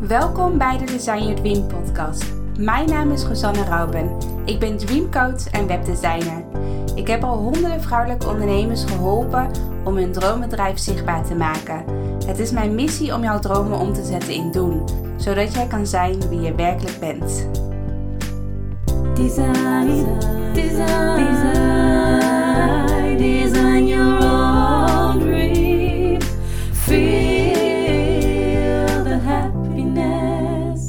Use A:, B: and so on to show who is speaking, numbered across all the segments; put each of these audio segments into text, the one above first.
A: Welkom bij de Design Your Dream podcast. Mijn naam is Rosanne Rauben. Ik ben dreamcoach en webdesigner. Ik heb al honderden vrouwelijke ondernemers geholpen om hun droombedrijf zichtbaar te maken. Het is mijn missie om jouw dromen om te zetten in doen, zodat jij kan zijn wie je werkelijk bent.
B: Design your own dream. Feel the happiness.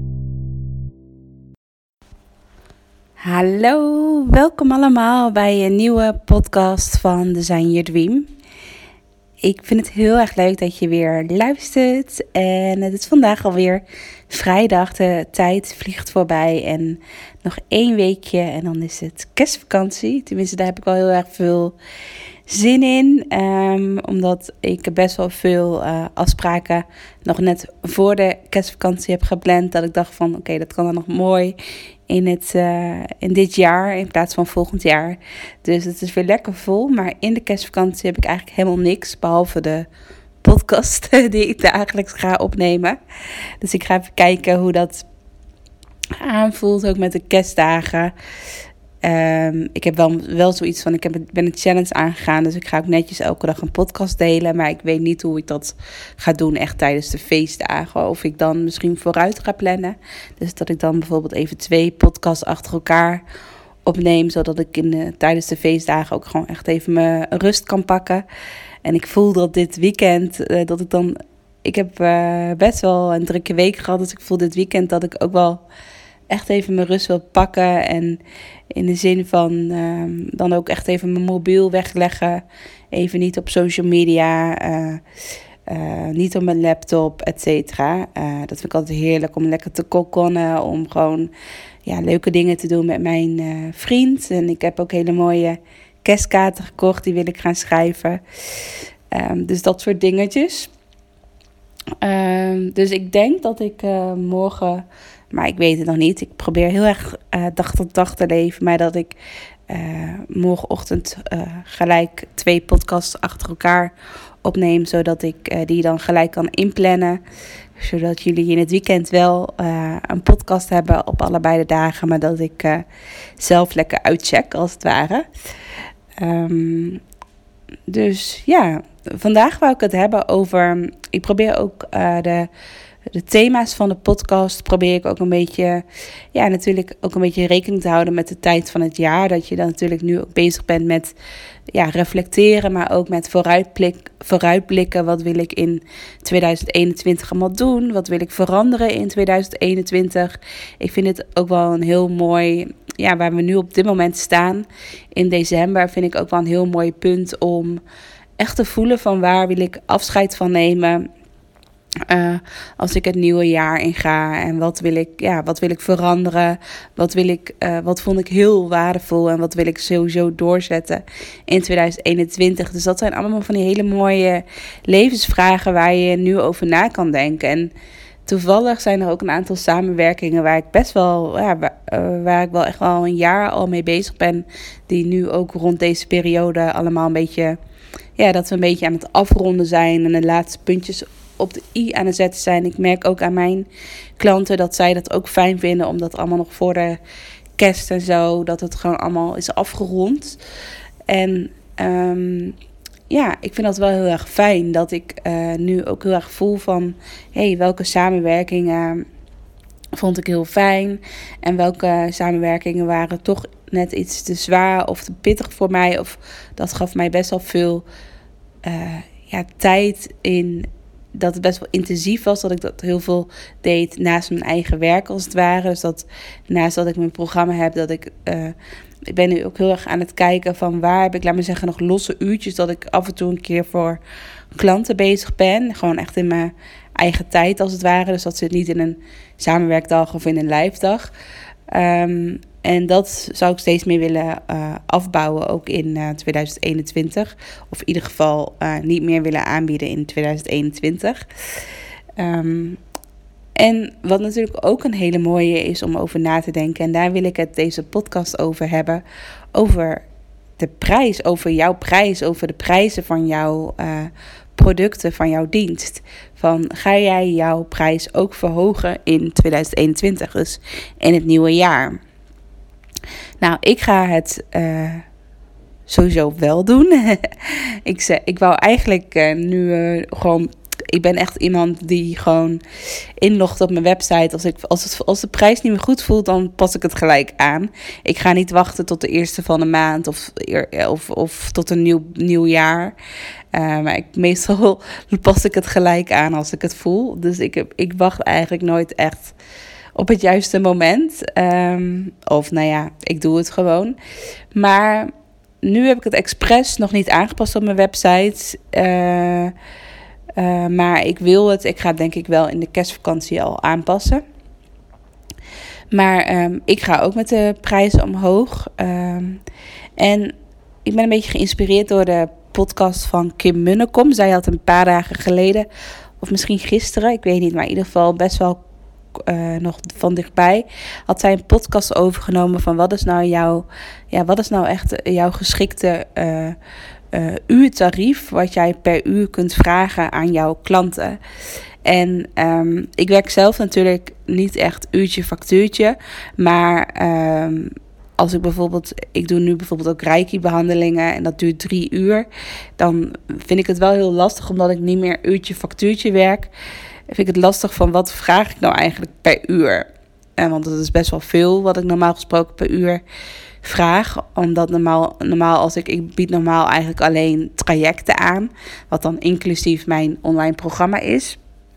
A: Hallo, welkom allemaal bij een nieuwe podcast van Design Your Dream. Ik vind het heel erg leuk dat je weer luistert. En het is vandaag alweer vrijdag. De tijd vliegt voorbij. En nog 1 weekje en dan is het kerstvakantie. Tenminste, daar heb ik al heel erg veel zin in. Omdat ik best wel veel afspraken nog net voor de kerstvakantie heb gepland. Dat ik dacht van oké, dat kan dan nog mooi in dit jaar in plaats van volgend jaar. Dus het is weer lekker vol. Maar in de kerstvakantie heb ik eigenlijk helemaal niks. Behalve de podcast die ik dagelijks ga opnemen. Dus ik ga even kijken hoe dat aanvoelt. Ook met de kerstdagen. Ik heb wel zoiets van, ben een challenge aangegaan. Dus ik ga ook netjes elke dag een podcast delen. Maar ik weet niet hoe ik dat ga doen echt tijdens de feestdagen. Of ik dan misschien vooruit ga plannen. Dus dat ik dan bijvoorbeeld even 2 podcasts achter elkaar opneem. Zodat ik tijdens de feestdagen ook gewoon echt even mijn rust kan pakken. En ik voel dat dit weekend, ik heb best wel een drukke week gehad. Dus ik voel dit weekend dat ik ook wel echt even mijn rust wil pakken. En in de zin van dan ook echt even mijn mobiel wegleggen. Even niet op social media. Niet op mijn laptop, et cetera. Dat vind ik altijd heerlijk om lekker te kokonnen. Om gewoon leuke dingen te doen met mijn vriend. En ik heb ook hele mooie kerstkaarten gekocht. Die wil ik gaan schrijven. Dus dat soort dingetjes. Dus ik denk dat ik morgen... Maar ik weet het nog niet. Ik probeer heel erg dag tot dag te leven. Maar dat ik morgenochtend gelijk 2 podcasts achter elkaar opneem. Zodat ik die dan gelijk kan inplannen. Zodat jullie in het weekend wel een podcast hebben op allebei de dagen. Maar dat ik zelf lekker uitcheck als het ware. Dus ja, vandaag wou ik het hebben over... Ik probeer ook de thema's van de podcast probeer ik ook een beetje, natuurlijk ook een beetje rekening te houden met de tijd van het jaar. Dat je dan natuurlijk nu ook bezig bent met reflecteren, maar ook met vooruitblikken. Wat wil ik in 2021 allemaal doen? Wat wil ik veranderen in 2021? Ik vind het ook wel een heel mooi, waar we nu op dit moment staan in december, vind ik ook wel een heel mooi punt om echt te voelen van waar wil ik afscheid van nemen. Als ik het nieuwe jaar inga en wat wil ik veranderen, wat vond ik heel waardevol en wat wil ik sowieso doorzetten in 2021. Dus dat zijn allemaal van die hele mooie levensvragen waar je nu over na kan denken. En toevallig zijn er ook een aantal samenwerkingen waar ik best wel, waar ik wel echt wel een jaar al mee bezig ben, die nu ook rond deze periode allemaal een beetje, dat we een beetje aan het afronden zijn en de laatste puntjes op de i aan het zetten zijn. Ik merk ook aan mijn klanten dat zij dat ook fijn vinden, omdat allemaal nog voor de kerst en zo, dat het gewoon allemaal is afgerond. En ik vind dat wel heel erg fijn, dat ik nu ook heel erg voel van, welke samenwerkingen vond ik heel fijn en welke samenwerkingen waren toch net iets te zwaar of te pittig voor mij, of dat gaf mij best wel veel tijd in, dat het best wel intensief was, dat ik dat heel veel deed naast mijn eigen werk als het ware. Dus dat naast dat ik mijn programma heb, dat ik ben nu ook heel erg aan het kijken van waar heb ik, laat maar zeggen, nog losse uurtjes, dat ik af en toe een keer voor klanten bezig ben. Gewoon echt in mijn eigen tijd als het ware. Dus dat zit niet in een samenwerkdag of in een live dag. En dat zou ik steeds meer willen afbouwen, ook in 2021. Of in ieder geval niet meer willen aanbieden in 2021. En wat natuurlijk ook een hele mooie is om over na te denken. En daar wil ik het deze podcast over hebben. Over de prijs, over jouw prijs, over de prijzen van jouw producten van jouw dienst. Van, ga jij jouw prijs ook verhogen in 2021, dus in het nieuwe jaar? Nou, ik ga het sowieso wel doen. Ik wou eigenlijk nu gewoon... Ik ben echt iemand die gewoon inlogt op mijn website. Als de prijs niet meer goed voelt, dan pas ik het gelijk aan. Ik ga niet wachten tot de eerste van de maand of tot een nieuw jaar. Maar meestal pas ik het gelijk aan als ik het voel. Dus ik wacht eigenlijk nooit echt op het juiste moment. Of nou ja, ik doe het gewoon. Maar nu heb ik het expres nog niet aangepast op mijn website. Maar ik ga het denk ik wel in de kerstvakantie al aanpassen. Maar ik ga ook met de prijzen omhoog. En ik ben een beetje geïnspireerd door de podcast van Kim Munnekom. Zij had een paar dagen geleden, of misschien gisteren, ik weet niet, maar in ieder geval best wel nog van dichtbij, had zij een podcast overgenomen van wat is nou echt jouw geschikte uurtarief, wat jij per uur kunt vragen aan jouw klanten. En ik werk zelf natuurlijk niet echt uurtje factuurtje, maar als ik doe nu bijvoorbeeld ook Reiki-behandelingen en dat duurt 3 uur, dan vind ik het wel heel lastig, omdat ik niet meer uurtje factuurtje werk. Vind ik het lastig van wat vraag ik nou eigenlijk per uur? Want dat is best wel veel wat ik normaal gesproken per uur vraag. Omdat normaal ik bied normaal eigenlijk alleen trajecten aan. Wat dan inclusief mijn online programma is.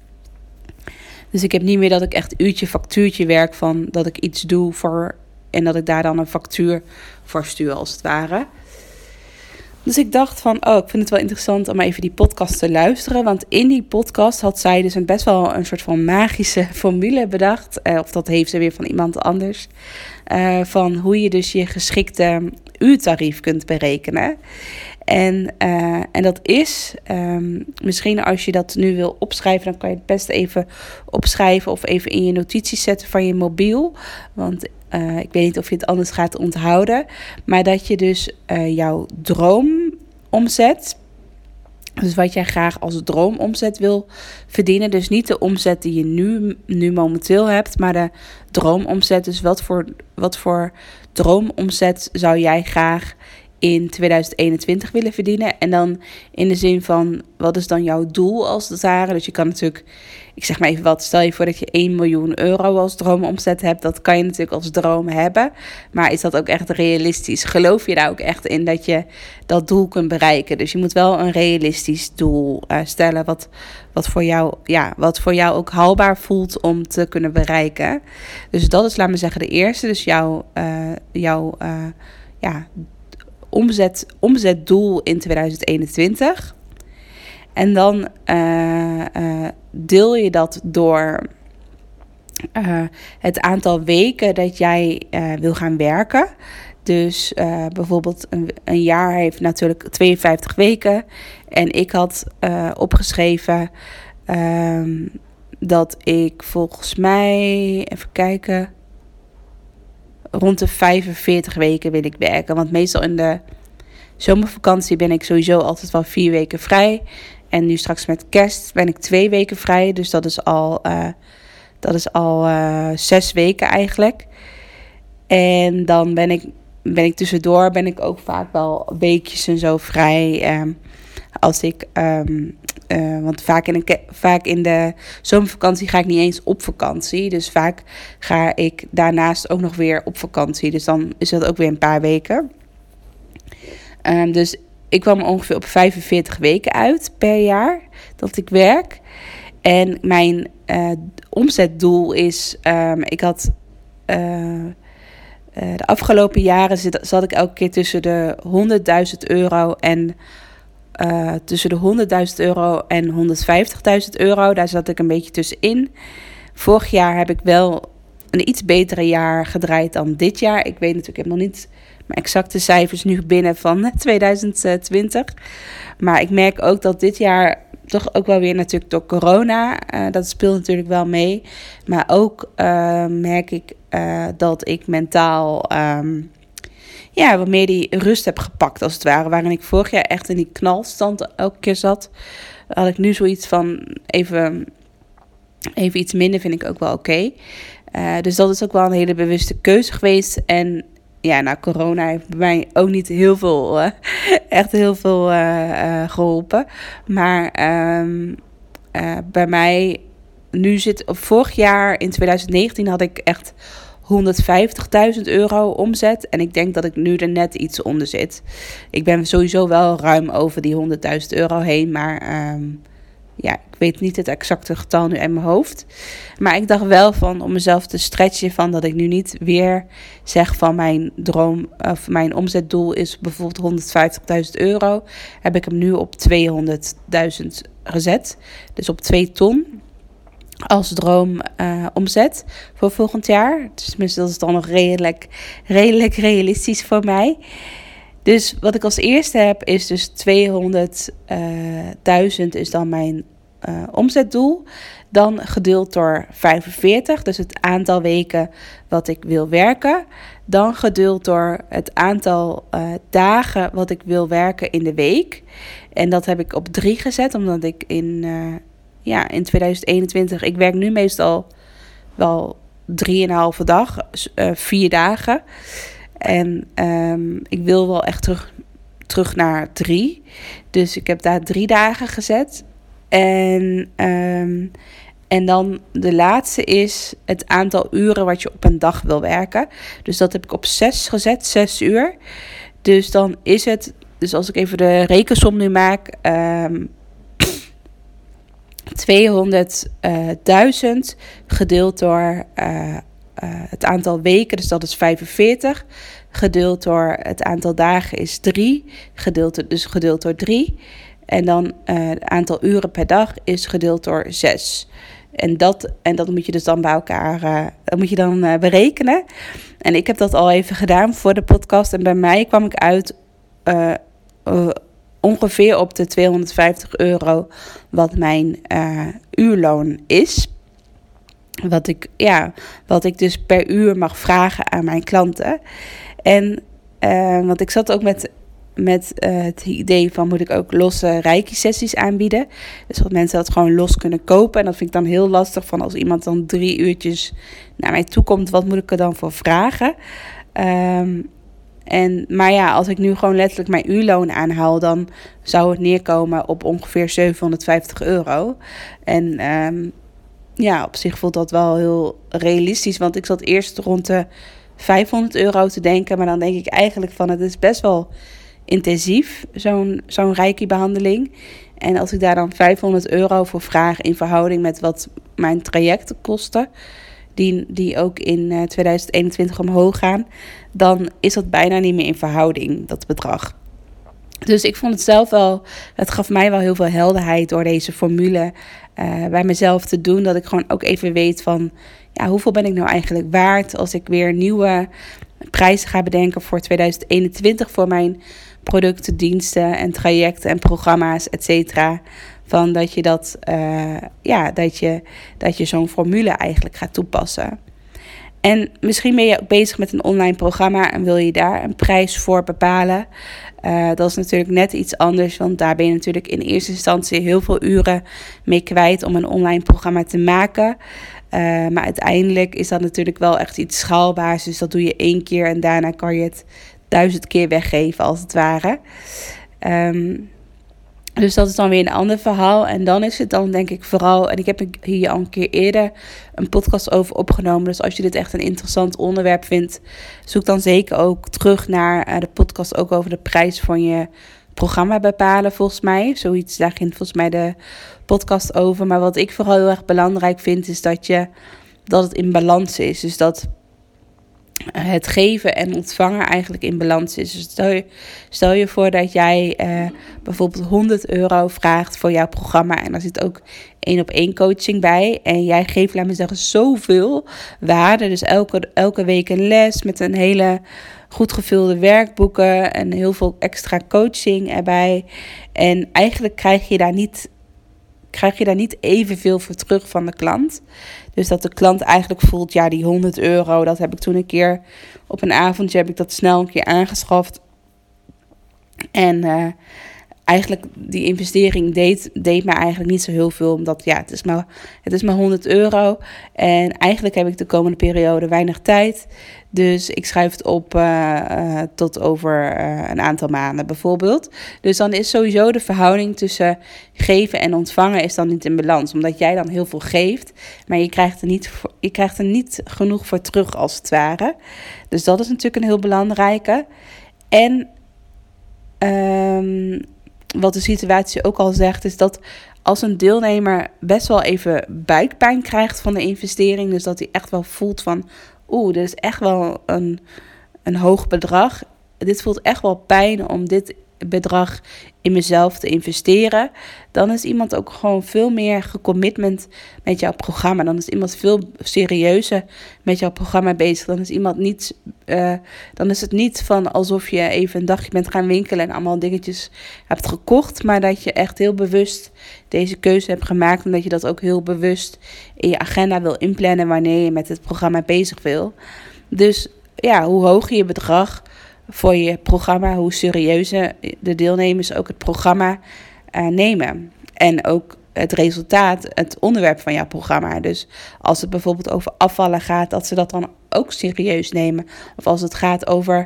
A: Dus ik heb niet meer dat ik echt uurtje factuurtje werk van dat ik iets doe voor en dat ik daar dan een factuur voor stuur als het ware. Dus ik dacht van, ik vind het wel interessant om even die podcast te luisteren. Want in die podcast had zij dus best wel een soort van magische formule bedacht. Of dat heeft ze weer van iemand anders. Van hoe je dus je geschikte uurtarief kunt berekenen. En dat is, misschien als je dat nu wil opschrijven, dan kan je het best even opschrijven of even in je notities zetten van je mobiel. Want ik weet niet of je het anders gaat onthouden. Maar dat je dus jouw droomomzet, dus wat jij graag als droomomzet wil verdienen. Dus niet de omzet die je nu momenteel hebt, maar de droomomzet. Dus wat voor droomomzet zou jij graag in 2021 willen verdienen? En dan in de zin van, wat is dan jouw doel als het ware? Dus je kan natuurlijk, ik zeg maar even wat, stel je voor dat je 1 miljoen euro als droomomzet hebt. Dat kan je natuurlijk als droom hebben. Maar is dat ook echt realistisch? Geloof je daar ook echt in dat je dat doel kunt bereiken? Dus je moet wel een realistisch doel stellen wat voor jou ook haalbaar voelt om te kunnen bereiken. Dus dat is, laat me zeggen, de eerste. Dus jouw omzetdoel in 2021. En dan deel je dat door het aantal weken dat jij wil gaan werken. Dus bijvoorbeeld een jaar heeft natuurlijk 52 weken. En ik had opgeschreven dat ik volgens mij, even kijken, rond de 45 weken wil ik werken. Want meestal in de zomervakantie ben ik sowieso altijd wel 4 weken vrij. En nu straks met kerst ben ik 2 weken vrij. Dus dat is al 6 weken eigenlijk. En dan ben ik tussendoor ook vaak wel weekjes en zo vrij. Als ik... want vaak in de zomervakantie ga ik niet eens op vakantie. Dus vaak ga ik daarnaast ook nog weer op vakantie. Dus dan is dat ook weer een paar weken. Dus ik kwam ongeveer op 45 weken uit per jaar dat ik werk. En mijn omzetdoel is... ik had... de afgelopen jaren zat ik elke keer tussen de €100.000 en... tussen de €100.000 en €150.000. Daar zat ik een beetje tussenin. Vorig jaar heb ik wel een iets betere jaar gedraaid dan dit jaar. Ik weet natuurlijk helemaal niet mijn exacte cijfers nu binnen van 2020. Maar ik merk ook dat dit jaar toch ook wel weer natuurlijk door corona. Dat speelt natuurlijk wel mee. Maar ook merk ik dat ik mentaal... wat meer die rust heb gepakt als het ware. Waarin ik vorig jaar echt in die knalstand elke keer zat. had ik nu zoiets van even iets minder vind ik ook wel oké. Dus dat is ook wel een hele bewuste keuze geweest. En ja, nou, corona heeft bij mij ook niet heel veel, echt heel veel geholpen. Maar bij mij, vorig jaar in 2019 had ik echt 150.000 euro omzet. En ik denk dat ik nu er net iets onder zit. Ik ben sowieso wel ruim over die 100.000 euro heen. Maar ja, ik weet niet het exacte getal nu in mijn hoofd. Maar ik dacht wel van om mezelf te stretchen van dat ik nu niet weer zeg van mijn droom of mijn omzetdoel is bijvoorbeeld 150.000 euro. Heb ik hem nu op 200.000 gezet. Dus op 2 ton als droom omzet voor volgend jaar. Dus tenminste dat is dan nog redelijk realistisch voor mij. Dus wat ik als eerste heb is dus 200.000 is dan mijn omzetdoel. Dan gedeeld door 45, dus het aantal weken wat ik wil werken. Dan gedeeld door het aantal dagen wat ik wil werken in de week. En dat heb ik op 3 gezet, omdat ik in 2021... Ik werk nu meestal wel 3,5 dag, 4 dagen. En ik wil wel echt terug naar 3. Dus ik heb daar 3 dagen gezet. En dan de laatste is het aantal uren wat je op een dag wil werken. Dus dat heb ik op 6 gezet, 6 uur. Dus dan is het, dus als ik even de rekensom nu maak, 200.000 gedeeld door het aantal weken, dus dat is 45. Gedeeld door het aantal dagen is 3. Gedeeld door 3. En dan het aantal uren per dag is gedeeld door 6. En dat moet je dus dan bij elkaar berekenen. En ik heb dat al even gedaan voor de podcast. En bij mij kwam ik uit ongeveer op de 250 euro wat mijn uurloon is. Wat ik dus per uur mag vragen aan mijn klanten. En want ik zat ook met het idee van moet ik ook losse reiki-sessies aanbieden. Dus dat mensen dat gewoon los kunnen kopen. En dat vind ik dan heel lastig van als iemand dan 3 uurtjes naar mij toe komt. Wat moet ik er dan voor vragen? Maar ja, als ik nu gewoon letterlijk mijn uurloon aanhaal, dan zou het neerkomen op ongeveer 750 euro. En op zich voelt dat wel heel realistisch. Want ik zat eerst rond de 500 euro te denken. Maar dan denk ik eigenlijk van het is best wel intensief, zo'n reiki-behandeling. En als ik daar dan 500 euro voor vraag in verhouding met wat mijn trajecten kosten, die ook in 2021 omhoog gaan, dan is dat bijna niet meer in verhouding, dat bedrag. Dus ik vond het zelf wel, het gaf mij wel heel veel helderheid door deze formule bij mezelf te doen. Dat ik gewoon ook even weet van, ja, hoeveel ben ik nou eigenlijk waard als ik weer nieuwe prijzen ga bedenken voor 2021 voor mijn producten, diensten en trajecten en programma's, et cetera. Van dat je dat je zo'n formule eigenlijk gaat toepassen. En misschien ben je ook bezig met een online programma en wil je daar een prijs voor bepalen. Dat is natuurlijk net iets anders, want daar ben je natuurlijk in eerste instantie heel veel uren mee kwijt om een online programma te maken. Maar uiteindelijk is dat natuurlijk wel echt iets schaalbaars. Dus dat doe je 1 keer en daarna kan je het 1000 keer weggeven als het ware. Dus dat is dan weer een ander verhaal. En dan is het dan denk ik vooral, en ik heb hier al een keer eerder een podcast over opgenomen. Dus als je dit echt een interessant onderwerp vindt, zoek dan zeker ook terug naar de podcast ook over de prijs van je programma bepalen volgens mij. Zoiets, daar ging volgens mij de podcast over. Maar wat ik vooral heel erg belangrijk vind is dat het in balans is. Dus dat het geven en ontvangen eigenlijk in balans is. Dus stel je voor dat jij bijvoorbeeld 100 euro vraagt voor jouw programma. En daar zit ook 1-op-1 coaching bij. En jij geeft, laat me zeggen, zoveel waarde. Dus elke week een les met een hele goed gevulde werkboeken. En heel veel extra coaching erbij. En eigenlijk krijg je daar niet evenveel voor terug van de klant. Dus dat de klant eigenlijk voelt, ja, die 100 euro, dat heb ik toen een keer op een avondje, heb ik dat snel een keer aangeschaft. En eigenlijk die investering deed mij eigenlijk niet zo heel veel. Omdat het is maar €100. En eigenlijk heb ik de komende periode weinig tijd. Dus ik schuif het op tot over een aantal maanden bijvoorbeeld. Dus dan is sowieso de verhouding tussen geven en ontvangen is dan niet in balans. Omdat jij dan heel veel geeft, maar je krijgt er niet genoeg voor terug als het ware. Dus dat is natuurlijk een heel belangrijke. En wat de situatie ook al zegt, is dat als een deelnemer best wel even buikpijn krijgt van de investering, dus dat hij echt wel voelt van, dit is echt wel een hoog bedrag. Dit voelt echt wel pijn om dit bedrag in mezelf te investeren. Dan is iemand ook gewoon veel meer gecommitment met jouw programma. Dan is iemand veel serieuzer met jouw programma bezig. Dan is het niet van alsof je even een dagje bent gaan winkelen en allemaal dingetjes hebt gekocht, maar dat je echt heel bewust deze keuze hebt gemaakt en dat je dat ook heel bewust in je agenda wil inplannen wanneer je met het programma bezig wil. Dus ja, hoe hoger je bedrag voor je programma, hoe serieuzer de deelnemers ook het programma nemen. En ook het resultaat, het onderwerp van jouw programma. Dus als het bijvoorbeeld over afvallen gaat, dat ze dat dan ook serieus nemen. Of als het gaat over,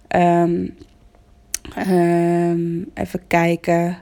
A: even kijken,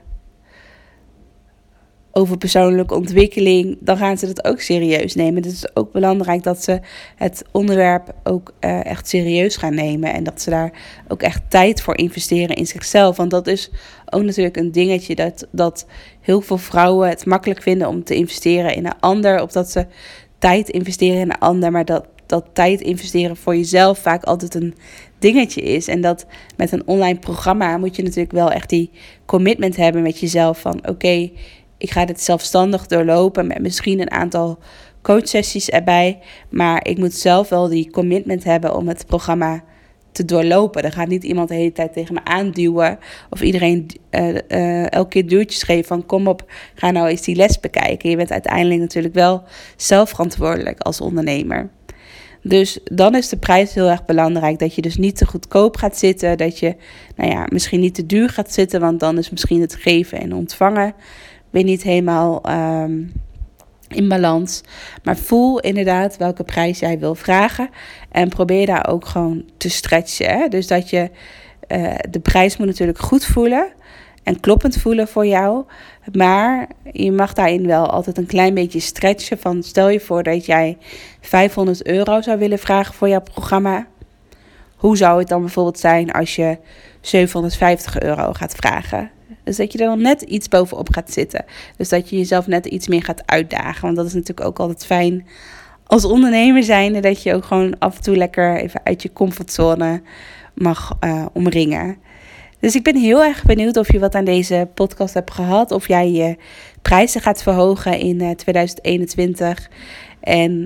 A: over persoonlijke ontwikkeling, dan gaan ze dat ook serieus nemen. Dus het is ook belangrijk dat ze het onderwerp ook echt serieus gaan nemen. En dat ze daar ook echt tijd voor investeren in zichzelf. Want dat is ook natuurlijk een dingetje dat heel veel vrouwen het makkelijk vinden om te investeren in een ander. Of dat ze tijd investeren in een ander, maar dat tijd investeren voor jezelf vaak altijd een dingetje is. En dat met een online programma moet je natuurlijk wel echt die commitment hebben met jezelf van oké, ik ga dit zelfstandig doorlopen met misschien een aantal coachsessies erbij. Maar ik moet zelf wel die commitment hebben om het programma te doorlopen. Er gaat niet iemand de hele tijd tegen me aanduwen. Of iedereen elke keer duwtjes geven van kom op, ga nou eens die les bekijken. Je bent uiteindelijk natuurlijk wel zelf verantwoordelijk als ondernemer. Dus dan is de prijs heel erg belangrijk. Dat je dus niet te goedkoop gaat zitten. Dat je misschien niet te duur gaat zitten. Want dan is misschien het geven en ontvangen weer niet helemaal in balans. Maar voel inderdaad welke prijs jij wil vragen. En probeer daar ook gewoon te stretchen. Hè? Dus dat je de prijs moet natuurlijk goed voelen. En kloppend voelen voor jou. Maar je mag daarin wel altijd een klein beetje stretchen. Van stel je voor dat jij €500 zou willen vragen voor jouw programma. Hoe zou het dan bijvoorbeeld zijn als je €750 gaat vragen? Dus dat je er dan net iets bovenop gaat zitten. Dus dat je jezelf net iets meer gaat uitdagen. Want dat is natuurlijk ook altijd fijn als ondernemer zijnde. Dat je ook gewoon af en toe lekker even uit je comfortzone mag omringen. Dus ik ben heel erg benieuwd of je wat aan deze podcast hebt gehad. Of jij je prijzen gaat verhogen in 2021. En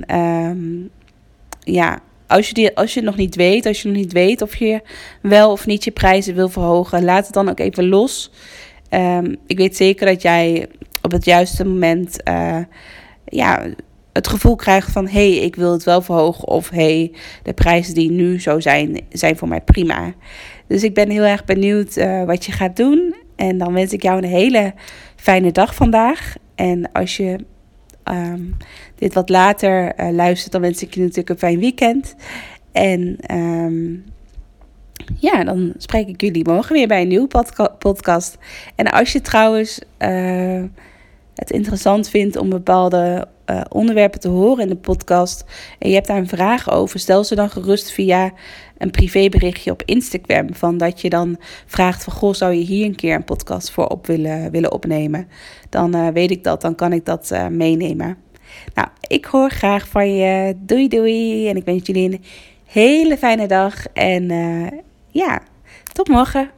A: als je het nog niet weet, of je wel of niet je prijzen wil verhogen, laat het dan ook even los. Ik weet zeker dat jij op het juiste moment het gevoel krijgt van ik wil het wel verhogen. Of de prijzen die nu zo zijn voor mij prima. Dus ik ben heel erg benieuwd wat je gaat doen. En dan wens ik jou een hele fijne dag vandaag. En als je dit wat later luistert, dan wens ik je natuurlijk een fijn weekend. En dan spreek ik jullie morgen weer bij een nieuwe podcast. En als je trouwens het interessant vindt om bepaalde onderwerpen te horen in de podcast en je hebt daar een vraag over, stel ze dan gerust via een privéberichtje op Instagram. Van dat je dan vraagt van goh, zou je hier een keer een podcast voor op willen opnemen? Dan weet ik dat, dan kan ik dat meenemen. Nou, ik hoor graag van je. Doei doei. En ik wens jullie een hele fijne dag. En tot morgen.